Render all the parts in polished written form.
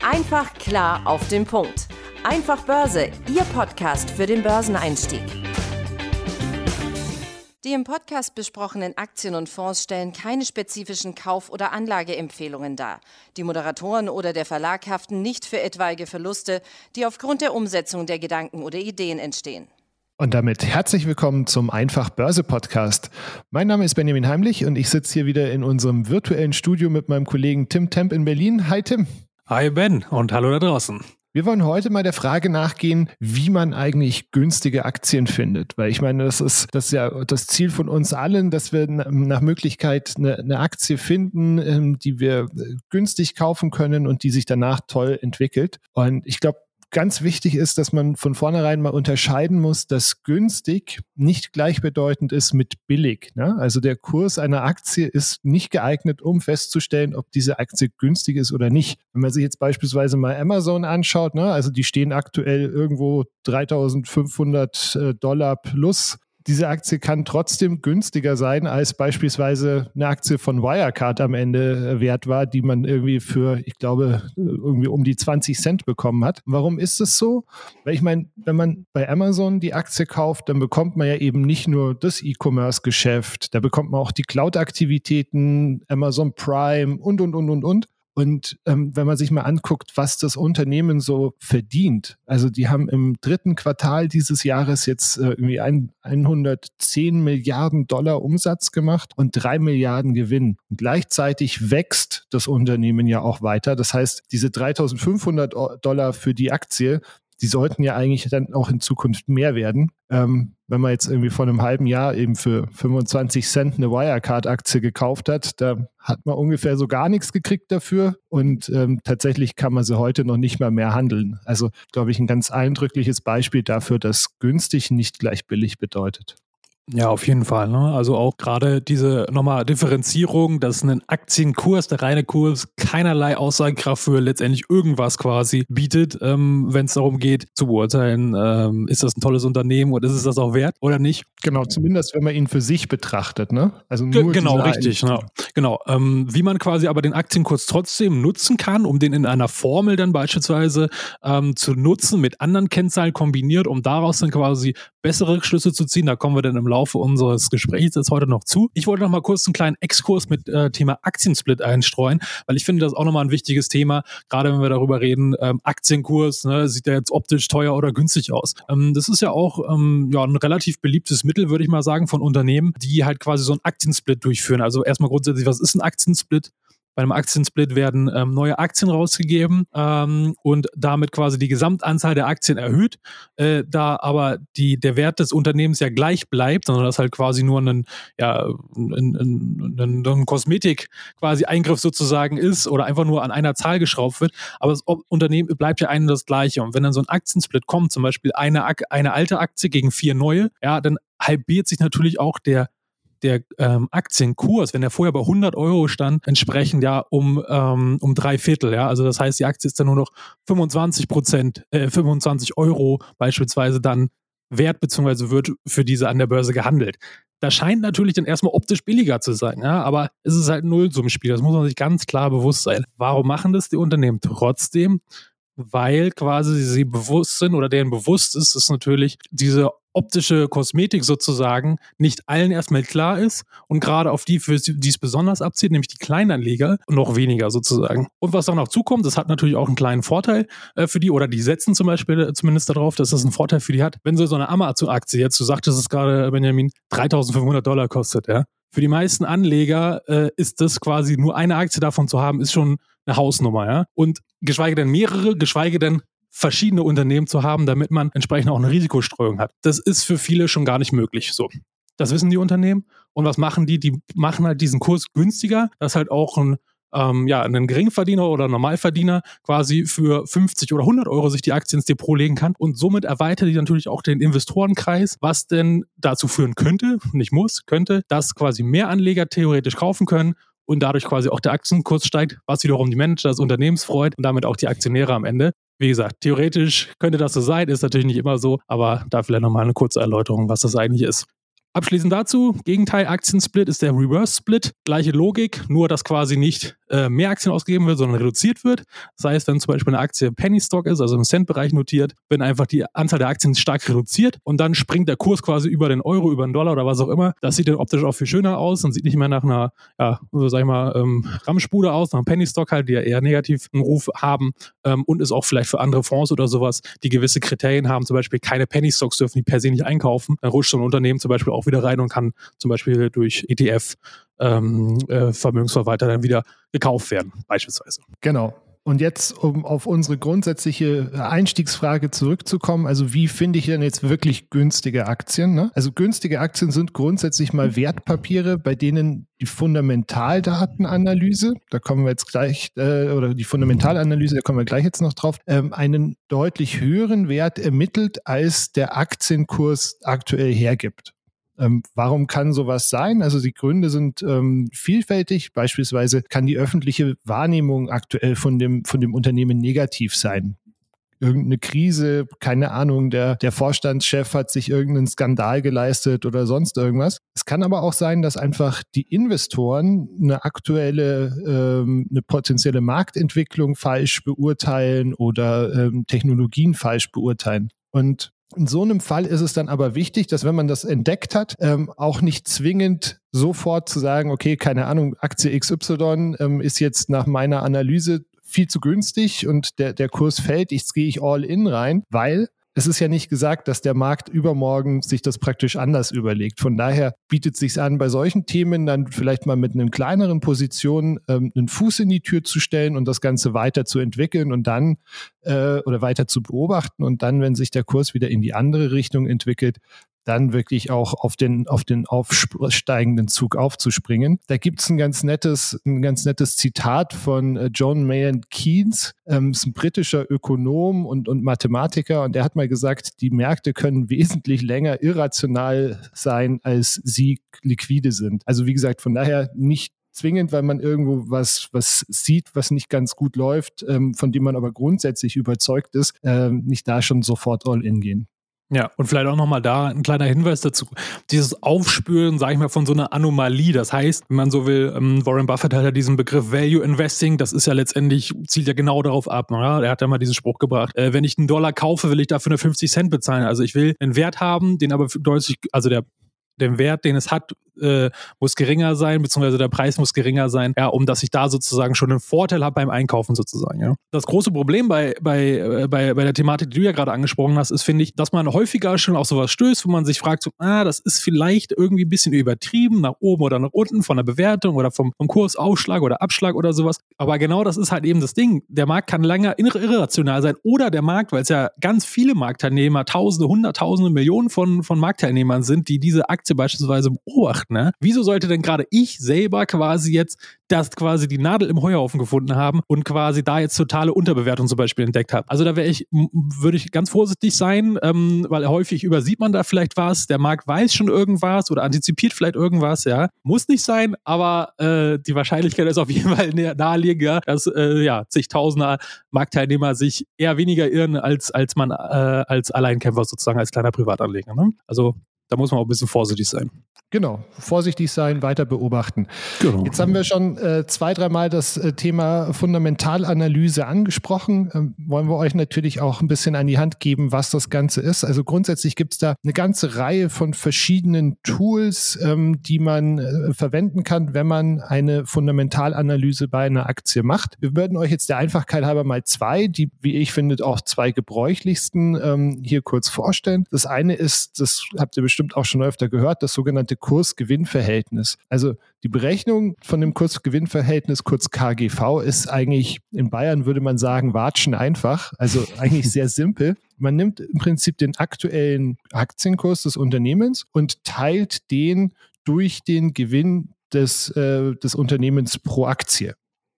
Einfach klar auf den Punkt. Einfach Börse, Ihr Podcast für den Börseneinstieg. Die im Podcast besprochenen Aktien und Fonds stellen keine spezifischen Kauf- oder Anlageempfehlungen dar. Die Moderatoren oder der Verlag haften nicht für etwaige Verluste, die aufgrund der Umsetzung der Gedanken oder Ideen entstehen. Und damit herzlich willkommen zum Einfach Börse Podcast. Mein Name ist Benjamin Heimlich und ich sitze hier wieder in unserem virtuellen Studio mit meinem Kollegen Tim Temp in Berlin. Hi Tim. Hi Ben und hallo da draußen. Wir wollen heute mal der Frage nachgehen, wie man eigentlich günstige Aktien findet. Weil ich meine, das ist ja das Ziel von uns allen, dass wir nach Möglichkeit eine Aktie finden, die wir günstig kaufen können und die sich danach toll entwickelt. Und ich glaube, ganz wichtig ist, dass man von vornherein mal unterscheiden muss, dass günstig nicht gleichbedeutend ist mit billig. Ne? Also der Kurs einer Aktie ist nicht geeignet, um festzustellen, ob diese Aktie günstig ist oder nicht. Wenn man sich jetzt beispielsweise mal Amazon anschaut, ne? Also die stehen aktuell irgendwo $3.500 plus. Diese Aktie kann trotzdem günstiger sein, als beispielsweise eine Aktie von Wirecard am Ende wert war, die man irgendwie für, ich glaube, irgendwie um die 20 Cent bekommen hat. Warum ist es so? Weil ich meine, wenn man bei Amazon die Aktie kauft, dann bekommt man ja eben nicht nur das E-Commerce-Geschäft, da bekommt man auch die Cloud-Aktivitäten, Amazon Prime und. Und wenn man sich mal anguckt, was das Unternehmen so verdient, also die haben im 3. Quartal dieses Jahres jetzt irgendwie 110 Milliarden Dollar Umsatz gemacht und 3 Milliarden Gewinn. Und gleichzeitig wächst das Unternehmen ja auch weiter. Das heißt, diese $3.500 für die Aktie, die sollten ja eigentlich dann auch in Zukunft mehr werden. Wenn man jetzt irgendwie vor einem halben Jahr eben für 25 Cent eine Wirecard-Aktie gekauft hat, da hat man ungefähr so gar nichts gekriegt dafür und tatsächlich kann man sie heute noch nicht mal mehr handeln. Also, glaube ich, ein ganz eindrückliches Beispiel dafür, dass günstig nicht gleich billig bedeutet. Ja, auf jeden Fall. Ne? Also auch gerade diese nochmal Differenzierung, dass ein Aktienkurs, der reine Kurs, keinerlei Aussagekraft für letztendlich irgendwas quasi bietet, wenn es darum geht zu beurteilen, ist das ein tolles Unternehmen und ist es das auch wert oder nicht. Genau, zumindest wenn man ihn für sich betrachtet, ne? Also nur genau, richtig. Genau. Wie man quasi aber den Aktienkurs trotzdem nutzen kann, um den in einer Formel dann beispielsweise zu nutzen, mit anderen Kennzahlen kombiniert, um daraus dann quasi bessere Schlüsse zu ziehen. Da kommen wir dann im Laufe unseres Gesprächs jetzt heute noch zu. Ich wollte noch mal kurz einen kleinen Exkurs mit Thema Aktiensplit einstreuen, weil ich finde, das ist auch nochmal ein wichtiges Thema, gerade wenn wir darüber reden, Aktienkurs, ne, sieht der jetzt optisch teuer oder günstig aus. Das ist ja auch ein relativ beliebtes Mittel, würde ich mal sagen, von Unternehmen, die halt quasi so einen Aktiensplit durchführen. Also erstmal grundsätzlich, was ist ein Aktiensplit? Bei einem Aktiensplit werden neue Aktien rausgegeben und damit quasi die Gesamtanzahl der Aktien erhöht, da aber der Wert des Unternehmens ja gleich bleibt, sondern das halt quasi nur ein Kosmetik quasi Eingriff sozusagen ist oder einfach nur an einer Zahl geschraubt wird, aber das Unternehmen bleibt ja einem das Gleiche. Und wenn dann so ein Aktiensplit kommt, zum Beispiel eine alte Aktie gegen 4 neue, ja, dann halbiert sich natürlich auch der Aktienkurs, wenn der vorher bei 100 Euro stand, entsprechend ja um 3/4. Ja? Also das heißt, die Aktie ist dann nur noch 25 Euro beispielsweise dann wert, beziehungsweise wird für diese an der Börse gehandelt. Das scheint natürlich dann erstmal optisch billiger zu sein, ja? Aber es ist halt ein Nullsummenspiel, das muss man sich ganz klar bewusst sein. Warum machen das die Unternehmen trotzdem? Weil quasi sie bewusst sind oder denen bewusst ist, dass natürlich diese optische Kosmetik sozusagen nicht allen erstmal klar ist und gerade auf die, für die es besonders abzieht, nämlich die Kleinanleger, noch weniger sozusagen. Und was dann noch zukommt, das hat natürlich auch einen kleinen Vorteil für die, oder die setzen zum Beispiel zumindest darauf, dass das einen Vorteil für die hat. Wenn so eine Amazon-Aktie, jetzt du sagtest es gerade, Benjamin, $3.500 kostet, ja. Für die meisten Anleger ist das quasi nur eine Aktie davon zu haben, ist schon eine Hausnummer, ja. Und geschweige denn mehrere, geschweige denn verschiedene Unternehmen zu haben, damit man entsprechend auch eine Risikostreuung hat. Das ist für viele schon gar nicht möglich. So. Das wissen die Unternehmen. Und was machen die? Die machen halt diesen Kurs günstiger, dass halt auch ein Geringverdiener oder Normalverdiener quasi für 50 oder 100 Euro sich die Aktien ins Depot legen kann. Und somit erweitert die natürlich auch den Investorenkreis, was denn dazu führen könnte, nicht muss, könnte, dass quasi mehr Anleger theoretisch kaufen können und dadurch quasi auch der Aktienkurs steigt, was wiederum die Manager des Unternehmens freut und damit auch die Aktionäre am Ende. Wie gesagt, theoretisch könnte das so sein, ist natürlich nicht immer so, aber da vielleicht nochmal eine kurze Erläuterung, was das eigentlich ist. Abschließend dazu, Gegenteil Aktiensplit ist der Reverse Split. Gleiche Logik, nur dass quasi nicht mehr Aktien ausgegeben wird, sondern reduziert wird. Das heißt, wenn zum Beispiel eine Aktie Penny Stock ist, also im Cent-Bereich notiert, wenn einfach die Anzahl der Aktien stark reduziert und dann springt der Kurs quasi über den Euro, über den Dollar oder was auch immer. Das sieht dann optisch auch viel schöner aus und sieht nicht mehr nach einer, Ramschbude aus, nach einem Penny Stock halt, die ja eher negativen Ruf haben und ist auch vielleicht für andere Fonds oder sowas, die gewisse Kriterien haben, zum Beispiel keine Penny Stocks dürfen die per se nicht einkaufen. Dann rutscht so ein Unternehmen zum Beispiel auch wieder rein und kann zum Beispiel durch ETF Vermögensverwalter dann wieder gekauft werden, beispielsweise. Genau. Und jetzt, um auf unsere grundsätzliche Einstiegsfrage zurückzukommen, also wie finde ich denn jetzt wirklich günstige Aktien? Ne? Also günstige Aktien sind grundsätzlich mal Wertpapiere, bei denen die Fundamentaldatenanalyse, da kommen wir jetzt gleich, oder die Fundamentalanalyse, da kommen wir gleich jetzt noch drauf, einen deutlich höheren Wert ermittelt, als der Aktienkurs aktuell hergibt. Warum kann sowas sein? Also die Gründe sind vielfältig. Beispielsweise kann die öffentliche Wahrnehmung aktuell von dem Unternehmen negativ sein. Irgendeine Krise, keine Ahnung, der Vorstandschef hat sich irgendeinen Skandal geleistet oder sonst irgendwas. Es kann aber auch sein, dass einfach die Investoren eine potenzielle Marktentwicklung falsch beurteilen oder Technologien falsch beurteilen. Und in so einem Fall ist es dann aber wichtig, dass wenn man das entdeckt hat, auch nicht zwingend sofort zu sagen, okay, keine Ahnung, Aktie XY ist jetzt nach meiner Analyse viel zu günstig und der Kurs fällt, jetzt gehe ich all in rein, weil es ist ja nicht gesagt, dass der Markt übermorgen sich das praktisch anders überlegt. Von daher bietet es sich an, bei solchen Themen dann vielleicht mal mit einer kleineren Position einen Fuß in die Tür zu stellen und das Ganze weiter zu entwickeln und dann oder weiter zu beobachten und dann, wenn sich der Kurs wieder in die andere Richtung entwickelt, dann wirklich auch auf den aufsteigenden Zug aufzuspringen. Da gibt es ein ganz nettes Zitat von John Maynard Keynes, ist ein britischer Ökonom und Mathematiker, und der hat mal gesagt, die Märkte können wesentlich länger irrational sein, als sie liquide sind. Also wie gesagt, von daher nicht zwingend, weil man irgendwo was sieht, was nicht ganz gut läuft, von dem man aber grundsätzlich überzeugt ist, nicht da schon sofort all in gehen. Ja, und vielleicht auch nochmal da ein kleiner Hinweis dazu. Dieses Aufspüren, sage ich mal, von so einer Anomalie. Das heißt, wenn man so will, Warren Buffett hat ja diesen Begriff Value Investing, das ist ja letztendlich, zielt ja genau darauf ab. Ja? Er hat ja mal diesen Spruch gebracht, wenn ich $1 kaufe, will ich dafür nur 50 Cent bezahlen. Also ich will einen Wert haben, den aber deutlich, also den Wert, den es hat, muss geringer sein, beziehungsweise der Preis muss geringer sein, ja, um dass ich da sozusagen schon einen Vorteil habe beim Einkaufen sozusagen. Ja. Das große Problem bei der Thematik, die du ja gerade angesprochen hast, ist, finde ich, dass man häufiger schon auf sowas stößt, wo man sich fragt, so, das ist vielleicht irgendwie ein bisschen übertrieben, nach oben oder nach unten von der Bewertung oder vom Kursaufschlag oder Abschlag oder sowas. Aber genau das ist halt eben das Ding. Der Markt kann länger irrational sein oder der Markt, weil es ja ganz viele Marktteilnehmer, Tausende, Hunderttausende, Millionen von Marktteilnehmern sind, die diese Aktie beispielsweise beobachten. Ne? Wieso sollte denn gerade ich selber quasi jetzt quasi die Nadel im Heuhaufen gefunden haben und quasi da jetzt totale Unterbewertung zum Beispiel entdeckt habe? Also da würde ich ganz vorsichtig sein, weil häufig übersieht man da vielleicht was, der Markt weiß schon irgendwas oder antizipiert vielleicht irgendwas, ja. Muss nicht sein, aber die Wahrscheinlichkeit ist auf jeden Fall naheliegender, dass zigtausender Marktteilnehmer sich eher weniger irren, als man als Alleinkämpfer sozusagen, als kleiner Privatanleger. Ne? Also da muss man auch ein bisschen vorsichtig sein. Genau, vorsichtig sein, weiter beobachten. Genau. Jetzt haben wir schon 2-3 Mal das Thema Fundamentalanalyse angesprochen. Wollen wir euch natürlich auch ein bisschen an die Hand geben, was das Ganze ist. Also grundsätzlich gibt es da eine ganze Reihe von verschiedenen Tools, die man verwenden kann, wenn man eine Fundamentalanalyse bei einer Aktie macht. Wir würden euch jetzt der Einfachheit halber mal 2, die, wie ich finde, auch 2 gebräuchlichsten hier kurz vorstellen. Das eine ist, das habt ihr bestimmt auch schon öfter gehört, das sogenannte Kurs-Gewinn-Verhältnis. Also die Berechnung von dem Kurs-Gewinn-Verhältnis, kurz KGV, ist eigentlich, in Bayern würde man sagen, watschen einfach, also eigentlich sehr simpel. Man nimmt im Prinzip den aktuellen Aktienkurs des Unternehmens und teilt den durch den Gewinn des Unternehmens pro Aktie.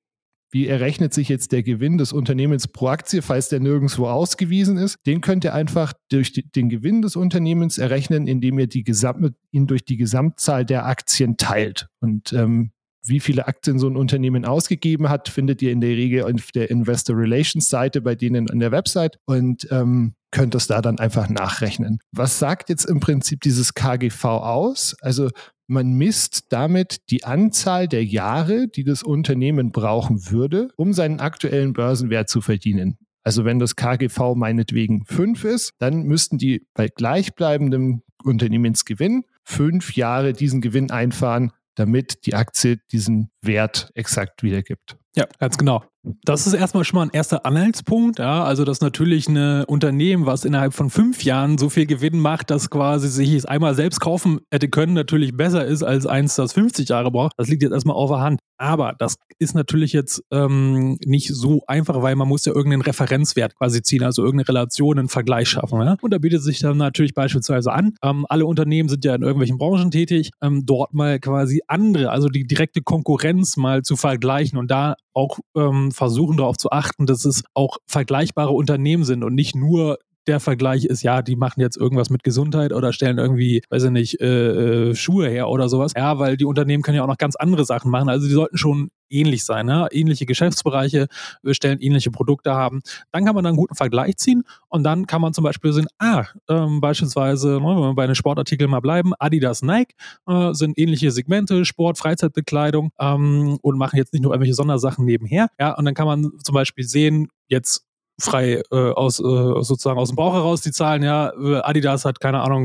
Wie errechnet sich jetzt der Gewinn des Unternehmens pro Aktie, falls der nirgendwo ausgewiesen ist? Den könnt ihr einfach durch den Gewinn des Unternehmens errechnen, indem ihr ihn durch die Gesamtzahl der Aktien teilt. Und wie viele Aktien so ein Unternehmen ausgegeben hat, findet ihr in der Regel auf der Investor Relations Seite bei denen an der Website. Und könnt es da dann einfach nachrechnen. Was sagt jetzt im Prinzip dieses KGV aus? Also man misst damit die Anzahl der Jahre, die das Unternehmen brauchen würde, um seinen aktuellen Börsenwert zu verdienen. Also wenn das KGV meinetwegen 5 ist, dann müssten die bei gleichbleibendem Unternehmensgewinn 5 Jahre diesen Gewinn einfahren, damit die Aktie diesen Wert exakt wiedergibt. Ja, ganz genau. Das ist erstmal schon mal ein erster Anhaltspunkt. Ja, also dass natürlich ein Unternehmen, was innerhalb von 5 Jahren so viel Gewinn macht, dass quasi sich es einmal selbst kaufen hätte können, natürlich besser ist als eins, das 50 Jahre braucht. Das liegt jetzt erstmal auf der Hand. Aber das ist natürlich jetzt nicht so einfach, weil man muss ja irgendeinen Referenzwert quasi ziehen, also irgendeine Relation, einen Vergleich schaffen. Ja? Und da bietet sich dann natürlich beispielsweise an, alle Unternehmen sind ja in irgendwelchen Branchen tätig, dort mal quasi andere, also die direkte Konkurrenz mal zu vergleichen und da auch versuchen darauf zu achten, dass es auch vergleichbare Unternehmen sind und nicht nur der Vergleich ist, ja, die machen jetzt irgendwas mit Gesundheit oder stellen irgendwie, weiß ich nicht, Schuhe her oder sowas. Ja, weil die Unternehmen können ja auch noch ganz andere Sachen machen. Also die sollten schon ähnlich sein, ne? Ähnliche Geschäftsbereiche, stellen ähnliche Produkte haben. Dann kann man dann einen guten Vergleich ziehen und dann kann man zum Beispiel sehen, beispielsweise, wenn wir bei den Sportartikeln mal bleiben, Adidas, Nike sind ähnliche Segmente, Sport, Freizeitbekleidung und machen jetzt nicht nur irgendwelche Sondersachen nebenher. Ja, und dann kann man zum Beispiel sehen, jetzt frei sozusagen aus dem Bauch heraus die Zahlen, ja, Adidas hat, keine Ahnung,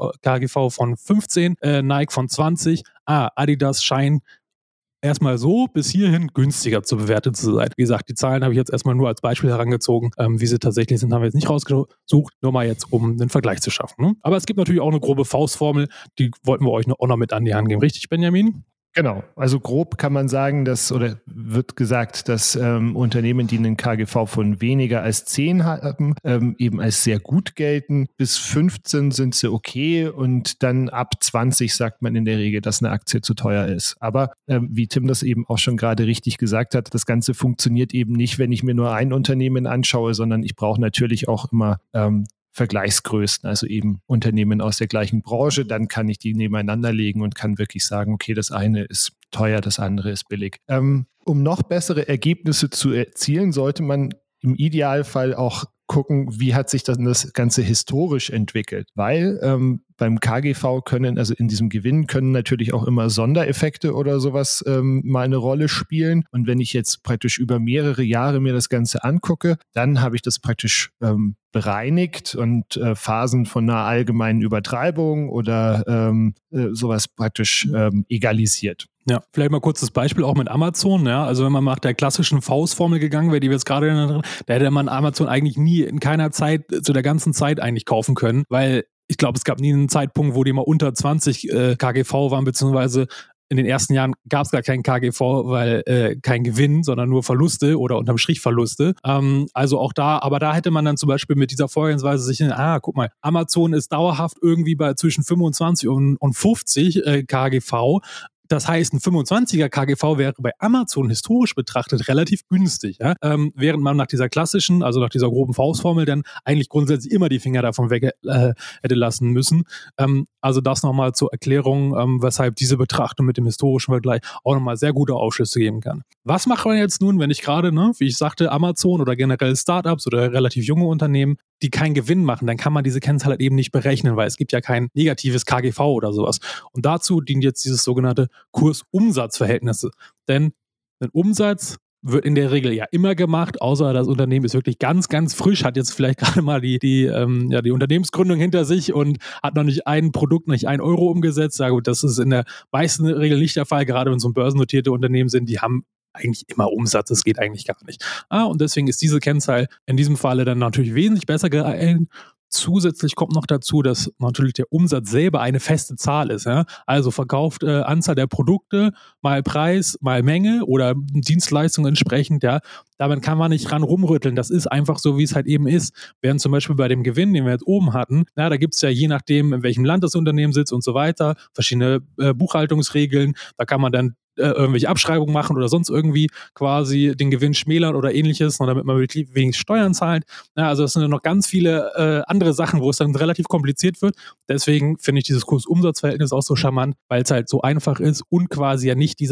KGV von 15, Nike von 20, Adidas scheint erstmal so bis hierhin günstiger zu bewerten zu sein. Wie gesagt, die Zahlen habe ich jetzt erstmal nur als Beispiel herangezogen. Wie sie tatsächlich sind, haben wir jetzt nicht rausgesucht, nur mal jetzt, um einen Vergleich zu schaffen. Ne? Aber es gibt natürlich auch eine grobe Faustformel, die wollten wir euch auch noch mit an die Hand geben. Richtig, Benjamin? Genau, also grob kann man sagen, dass, oder wird gesagt, dass Unternehmen, die einen KGV von weniger als 10 haben, eben als sehr gut gelten. Bis 15 sind sie okay und dann ab 20 sagt man in der Regel, dass eine Aktie zu teuer ist. Aber wie Tim das eben auch schon gerade richtig gesagt hat, das Ganze funktioniert eben nicht, wenn ich mir nur ein Unternehmen anschaue, sondern ich brauche natürlich auch immer Vergleichsgrößen, also eben Unternehmen aus der gleichen Branche, dann kann ich die nebeneinander legen und kann wirklich sagen, okay, das eine ist teuer, das andere ist billig. Um noch bessere Ergebnisse zu erzielen, sollte man im Idealfall auch gucken, wie hat sich dann das Ganze historisch entwickelt, weil beim KGV können, also in diesem Gewinn können natürlich auch immer Sondereffekte oder sowas mal eine Rolle spielen und wenn ich jetzt praktisch über mehrere Jahre mir das Ganze angucke, dann habe ich das praktisch bereinigt und Phasen von einer allgemeinen Übertreibung oder sowas praktisch egalisiert. Ja, vielleicht mal kurz das Beispiel auch mit Amazon. Ja, also wenn man nach der klassischen Faustformel gegangen wäre, die wir jetzt gerade drin, da hätte man Amazon eigentlich nie in keiner Zeit, zu der ganzen Zeit eigentlich kaufen können, weil ich glaube, es gab nie einen Zeitpunkt, wo die mal unter 20 KGV waren, beziehungsweise in den ersten Jahren gab es gar keinen KGV, weil kein Gewinn, sondern nur Verluste oder unterm Strich Verluste. Also auch da, aber da hätte man dann zum Beispiel mit dieser Vorgehensweise sich, guck mal, Amazon ist dauerhaft irgendwie bei zwischen 25 und 50 KGV. Das heißt, ein 25er KGV wäre bei Amazon historisch betrachtet relativ günstig, ja? Während man nach dieser klassischen, also nach dieser groben Faustformel dann eigentlich grundsätzlich immer die Finger davon weg hätte lassen müssen. Also das nochmal zur Erklärung, weshalb diese Betrachtung mit dem historischen Vergleich auch nochmal sehr gute Aufschlüsse geben kann. Was macht man jetzt nun, wenn ich gerade, wie ich sagte, Amazon oder generell Startups oder relativ junge Unternehmen, die keinen Gewinn machen, dann kann man diese Kennzahl halt eben nicht berechnen, weil es gibt ja kein negatives KGV oder sowas. Und dazu dient jetzt dieses sogenannte Kurs-Umsatz-Verhältnisse. Denn ein Umsatz wird in der Regel ja immer gemacht, außer das Unternehmen ist wirklich ganz, ganz frisch, hat jetzt vielleicht gerade mal die Unternehmensgründung hinter sich und hat noch nicht ein Produkt, nicht 1 Euro umgesetzt. Ja gut, das ist in der meisten Regel nicht der Fall, gerade wenn es so börsennotierte Unternehmen sind, die haben eigentlich immer Umsatz, das geht eigentlich gar nicht. Und deswegen ist diese Kennzahl in diesem Falle dann natürlich wesentlich besser geeignet. Zusätzlich kommt noch dazu, dass natürlich der Umsatz selber eine feste Zahl ist. Ja? Also verkauft Anzahl der Produkte mal Preis, mal Menge oder Dienstleistung entsprechend. Ja? Damit kann man nicht ran rumrütteln. Das ist einfach so, wie es halt eben ist. Während zum Beispiel bei dem Gewinn, den wir jetzt oben hatten, da gibt es ja je nachdem, in welchem Land das Unternehmen sitzt und so weiter, verschiedene Buchhaltungsregeln. Da kann man dann irgendwelche Abschreibungen machen oder sonst irgendwie quasi den Gewinn schmälern oder ähnliches, damit man wirklich wenig Steuern zahlt. Ja, also das sind noch ganz viele andere Sachen, wo es dann relativ kompliziert wird. Deswegen finde ich dieses Kurs-Umsatz-Verhältnis auch so charmant, weil es halt so einfach ist und quasi ja nicht dieser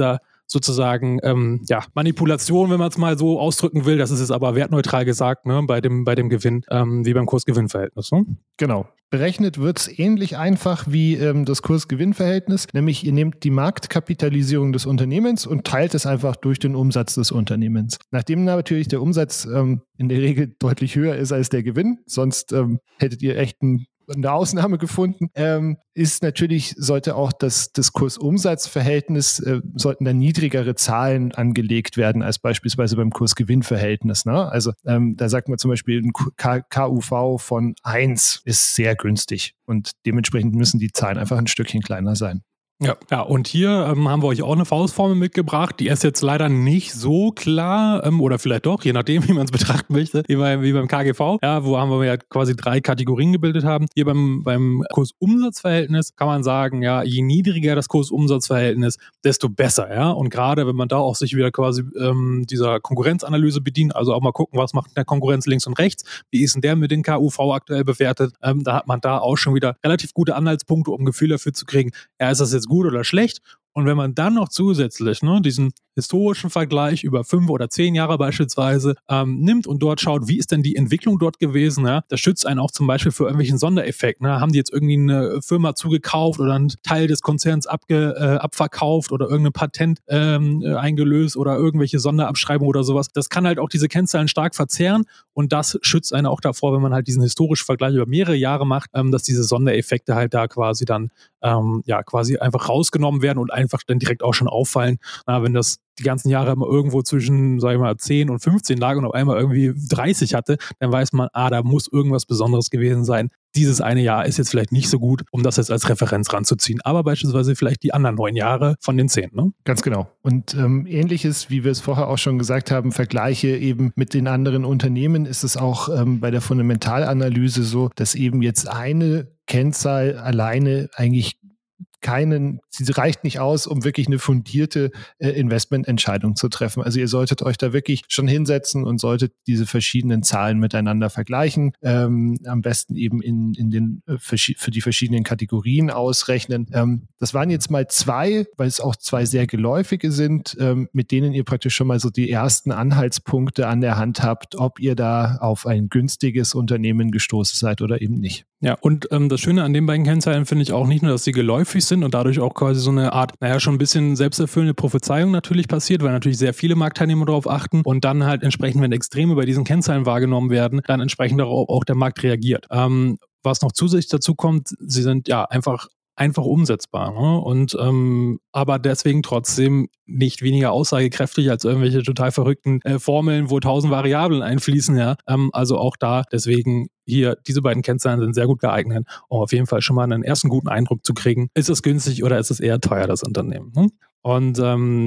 sozusagen Manipulation, wenn man es mal so ausdrücken will. Das ist jetzt aber wertneutral gesagt, ne, bei dem Gewinn, wie beim Kurs-Gewinn-Verhältnis. Ne? Genau. Berechnet wird es ähnlich einfach wie das Kurs-Gewinn-Verhältnis, nämlich ihr nehmt die Marktkapitalisierung des Unternehmens und teilt es einfach durch den Umsatz des Unternehmens. Nachdem natürlich der Umsatz in der Regel deutlich höher ist als der Gewinn, sonst hättet ihr echt eine Ausnahme gefunden, sollte auch das Kurs-Umsatz-Verhältnis, sollten da niedrigere Zahlen angelegt werden als beispielsweise beim Kurs-Gewinn-Verhältnis. Ne? Also da sagt man zum Beispiel, ein KUV von 1 ist sehr günstig und dementsprechend müssen die Zahlen einfach ein Stückchen kleiner sein. Ja, und hier haben wir euch auch eine Faustformel mitgebracht, die ist jetzt leider nicht so klar, oder vielleicht doch, je nachdem, wie man es betrachten möchte, wie beim KGV, ja, wo haben wir ja quasi 3 Kategorien gebildet haben. Hier beim Kurs-Umsatz-Verhältnis kann man sagen, ja, je niedriger das Kurs-Umsatz-Verhältnis, desto besser, ja, und gerade wenn man da auch sich wieder quasi dieser Konkurrenzanalyse bedient, also auch mal gucken, was macht der Konkurrenz links und rechts, wie ist denn der mit den KUV aktuell bewertet, da hat man da auch schon wieder relativ gute Anhaltspunkte, um ein Gefühl dafür zu kriegen, ja, ist das jetzt gut oder schlecht? Und wenn man dann noch zusätzlich diesen historischen Vergleich über 5 oder 10 Jahre beispielsweise nimmt und dort schaut, wie ist denn die Entwicklung dort gewesen, ja? Das schützt einen auch zum Beispiel vor irgendwelchen Sondereffekten. Ne? Haben die jetzt irgendwie eine Firma zugekauft oder einen Teil des Konzerns abverkauft oder irgendein Patent eingelöst oder irgendwelche Sonderabschreibungen oder sowas. Das kann halt auch diese Kennzahlen stark verzerren und das schützt einen auch davor, wenn man halt diesen historischen Vergleich über mehrere Jahre macht, dass diese Sondereffekte halt da quasi dann quasi einfach rausgenommen werden und einfach dann direkt auch schon auffallen. Wenn das die ganzen Jahre immer irgendwo zwischen, sag ich mal, 10 und 15 lag und auf einmal irgendwie 30 hatte, dann weiß man, da muss irgendwas Besonderes gewesen sein. Dieses eine Jahr ist jetzt vielleicht nicht so gut, um das jetzt als Referenz ranzuziehen, aber beispielsweise vielleicht die anderen 9 Jahre von den 10. Ne? Ganz genau. Und ähnliches, wie wir es vorher auch schon gesagt haben, Vergleiche eben mit den anderen Unternehmen, ist es auch bei der Fundamentalanalyse so, dass eben jetzt eine Kennzahl alleine eigentlich sie reicht nicht aus, um wirklich eine fundierte Investmententscheidung zu treffen. Also ihr solltet euch da wirklich schon hinsetzen und solltet diese verschiedenen Zahlen miteinander vergleichen. Am besten eben für die verschiedenen Kategorien ausrechnen. Das waren jetzt mal 2, weil es auch 2 sehr geläufige sind, mit denen ihr praktisch schon mal so die ersten Anhaltspunkte an der Hand habt, ob ihr da auf ein günstiges Unternehmen gestoßen seid oder eben nicht. Ja, und das Schöne an den beiden Kennzahlen finde ich auch nicht nur, dass sie geläufig sind und dadurch auch quasi so eine Art, schon ein bisschen selbsterfüllende Prophezeiung natürlich passiert, weil natürlich sehr viele Marktteilnehmer darauf achten und dann halt entsprechend, wenn Extreme bei diesen Kennzahlen wahrgenommen werden, dann entsprechend darauf auch der Markt reagiert. Was noch zusätzlich dazu kommt, sie sind ja einfach umsetzbar, ne? Und aber deswegen trotzdem nicht weniger aussagekräftig als irgendwelche total verrückten Formeln, wo 1000 Variablen einfließen, ja. Also auch da, deswegen hier, diese beiden Kennzahlen sind sehr gut geeignet, um auf jeden Fall schon mal einen ersten guten Eindruck zu kriegen, ist es günstig oder ist es eher teuer, das Unternehmen, ne? Und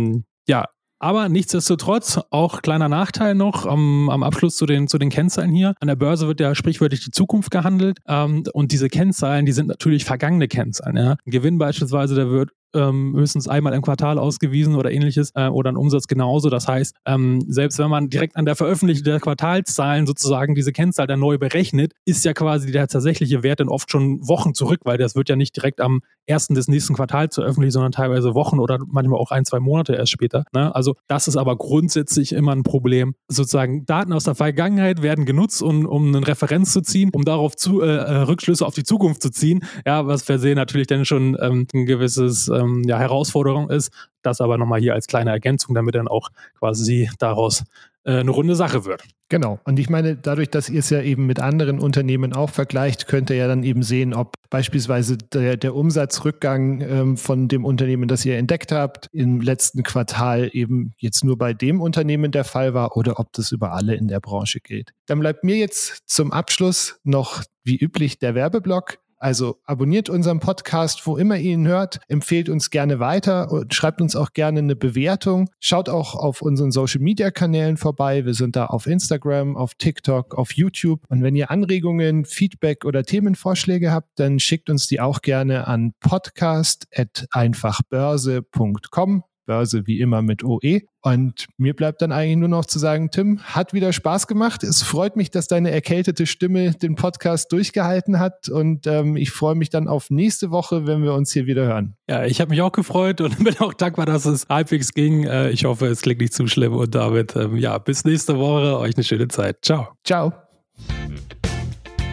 aber nichtsdestotrotz, auch kleiner Nachteil noch am Abschluss zu den Kennzahlen hier. An der Börse wird ja sprichwörtlich die Zukunft gehandelt und diese Kennzahlen, die sind natürlich vergangene Kennzahlen. Ja. Ein Gewinn beispielsweise, der wird höchstens einmal im Quartal ausgewiesen oder ähnliches oder ein Umsatz genauso. Das heißt, selbst wenn man direkt an der Veröffentlichung der Quartalszahlen sozusagen diese Kennzahl dann neu berechnet, ist ja quasi der tatsächliche Wert dann oft schon Wochen zurück, weil das wird ja nicht direkt am 1. des nächsten Quartals veröffentlicht, sondern teilweise Wochen oder manchmal auch 1-2 Monate erst später. Ne? Also das ist aber grundsätzlich immer ein Problem. Sozusagen Daten aus der Vergangenheit werden genutzt, um eine Referenz zu ziehen, um darauf Rückschlüsse auf die Zukunft zu ziehen, ja, was per se natürlich dann schon ein gewisses Herausforderung ist, das aber nochmal hier als kleine Ergänzung, damit dann auch quasi daraus eine runde Sache wird. Genau. Und ich meine, dadurch, dass ihr es ja eben mit anderen Unternehmen auch vergleicht, könnt ihr ja dann eben sehen, ob beispielsweise der Umsatzrückgang von dem Unternehmen, das ihr entdeckt habt, im letzten Quartal eben jetzt nur bei dem Unternehmen der Fall war oder ob das über alle in der Branche gilt. Dann bleibt mir jetzt zum Abschluss noch wie üblich der Werbeblock. Also abonniert unseren Podcast, wo immer ihr ihn hört, empfehlt uns gerne weiter und schreibt uns auch gerne eine Bewertung. Schaut auch auf unseren Social-Media-Kanälen vorbei. Wir sind da auf Instagram, auf TikTok, auf YouTube. Und wenn ihr Anregungen, Feedback oder Themenvorschläge habt, dann schickt uns die auch gerne an podcast@einfachbörse.com. Börse wie immer mit OE. Und mir bleibt dann eigentlich nur noch zu sagen, Tim, hat wieder Spaß gemacht. Es freut mich, dass deine erkältete Stimme den Podcast durchgehalten hat und ich freue mich dann auf nächste Woche, wenn wir uns hier wieder hören. Ja, ich habe mich auch gefreut und bin auch dankbar, dass es halbwegs ging. Ich hoffe, es klingt nicht zu schlimm und damit, bis nächste Woche. Euch eine schöne Zeit. Ciao. Ciao.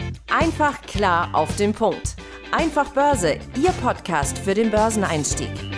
Einfach klar auf den Punkt. Einfach Börse, Ihr Podcast für den Börseneinstieg.